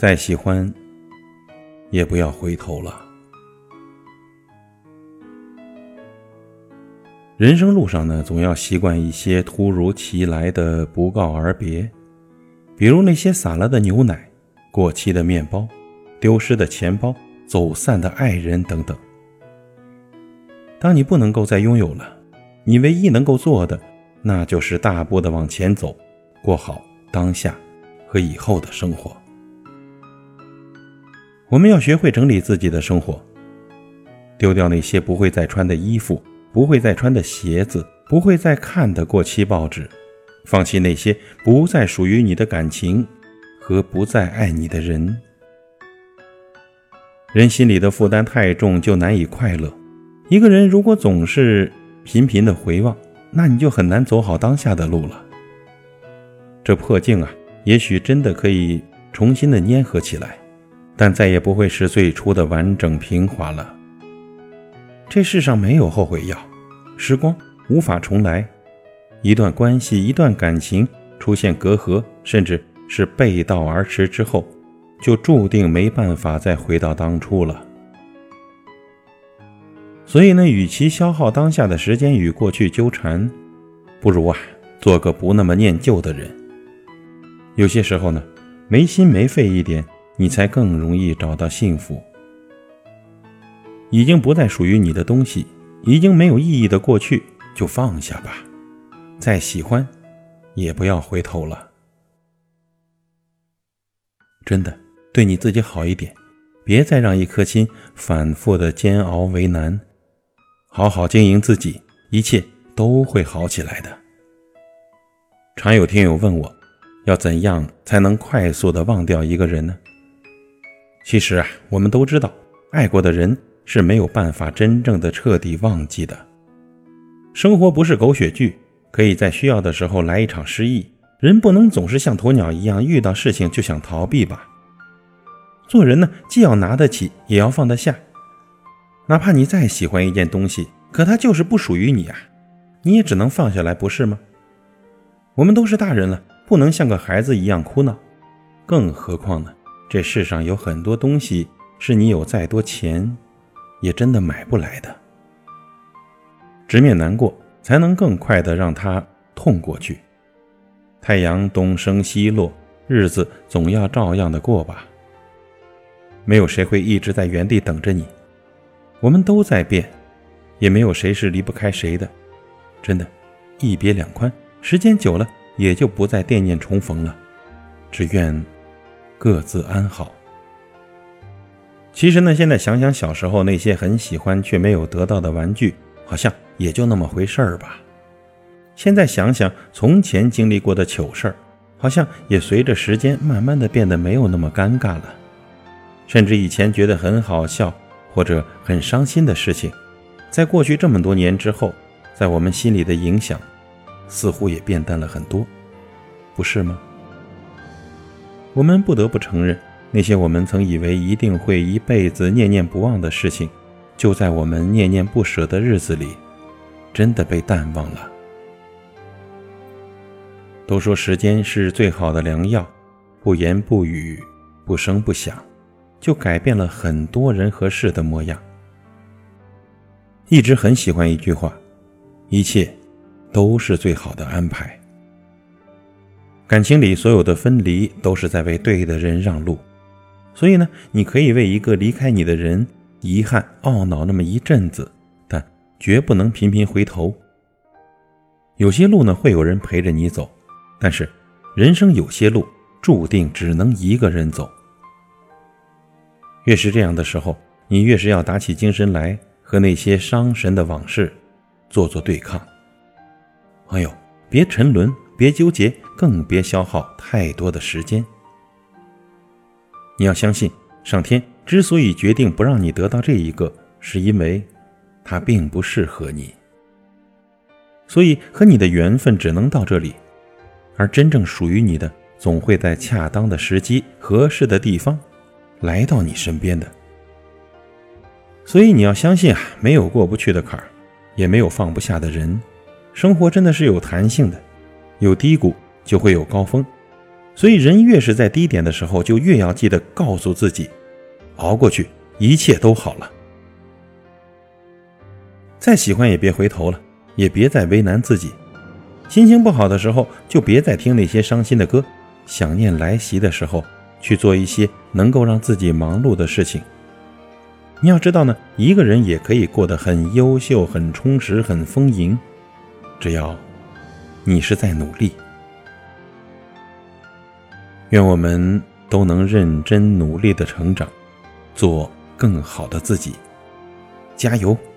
再喜欢也不要回头了。人生路上呢，总要习惯一些突如其来的不告而别，比如那些洒了的牛奶、过期的面包、丢失的钱包、走散的爱人等等。当你不能够再拥有了，你唯一能够做的，那就是大步地往前走，过好当下和以后的生活。我们要学会整理自己的生活，丢掉那些不会再穿的衣服，不会再穿的鞋子，不会再看的过期报纸，放弃那些不再属于你的感情和不再爱你的人。人心里的负担太重，就难以快乐。一个人如果总是频频的回望，那你就很难走好当下的路了。这破镜啊，也许真的可以重新的粘合起来，但再也不会是最初的完整平滑了。这世上没有后悔药，时光无法重来，一段关系，一段感情出现隔阂，甚至是背道而驰之后，就注定没办法再回到当初了。所以呢，与其消耗当下的时间与过去纠缠，不如做个不那么念旧的人。有些时候呢，没心没肺一点，你才更容易找到幸福。已经不再属于你的东西，已经没有意义的过去，就放下吧。再喜欢也不要回头了。真的，对你自己好一点，别再让一颗心反复的煎熬为难。好好经营自己，一切都会好起来的。常有听友问我，要怎样才能快速的忘掉一个人呢？其实我们都知道，爱过的人是没有办法真正的彻底忘记的。生活不是狗血剧，可以在需要的时候来一场失忆，人不能总是像鸵鸟一样，遇到事情就想逃避吧。做人呢，既要拿得起，也要放得下。哪怕你再喜欢一件东西，可它就是不属于你你也只能放下来，不是吗？我们都是大人了，不能像个孩子一样哭闹。更何况呢，这世上有很多东西是你有再多钱也真的买不来的。直面难过，才能更快地让它痛过去。太阳东升西落，日子总要照样的过吧。没有谁会一直在原地等着你，我们都在变，也没有谁是离不开谁的。真的，一别两宽，时间久了也就不再惦念重逢了，只愿各自安好。其实呢，现在想想小时候那些很喜欢却没有得到的玩具，好像也就那么回事儿吧。现在想想从前经历过的糗事儿，好像也随着时间慢慢的变得没有那么尴尬了。甚至以前觉得很好笑或者很伤心的事情，在过去这么多年之后，在我们心里的影响似乎也变淡了很多，不是吗？我们不得不承认，那些我们曾以为一定会一辈子念念不忘的事情，就在我们念念不舍的日子里真的被淡忘了。都说时间是最好的良药，不言不语，不声不响，就改变了很多人和事的模样。一直很喜欢一句话，一切都是最好的安排。感情里所有的分离都是在为对的人让路，所以呢，你可以为一个离开你的人遗憾懊恼那么一阵子，但绝不能频频回头。有些路呢，会有人陪着你走，但是人生有些路注定只能一个人走。越是这样的时候，你越是要打起精神来和那些伤神的往事做对抗。别沉沦，别纠结，更别消耗太多的时间。你要相信，上天之所以决定不让你得到这一个，是因为它并不适合你。所以和你的缘分只能到这里，而真正属于你的，总会在恰当的时机、合适的地方来到你身边的。所以你要相信没有过不去的坎儿，也没有放不下的人。生活真的是有弹性的，有低谷就会有高峰， 所以人越是在低点的时候，就越要记得告诉自己，熬过去，一切都好了。再喜欢也别回头了，也别再为难自己。心情不好的时候，就别再听那些伤心的歌。想念来袭的时候，去做一些能够让自己忙碌的事情。你要知道呢，一个人也可以过得很优秀、很充实、很丰盈，只要你是在努力。愿我们都能认真努力的成长，做更好的自己。加油！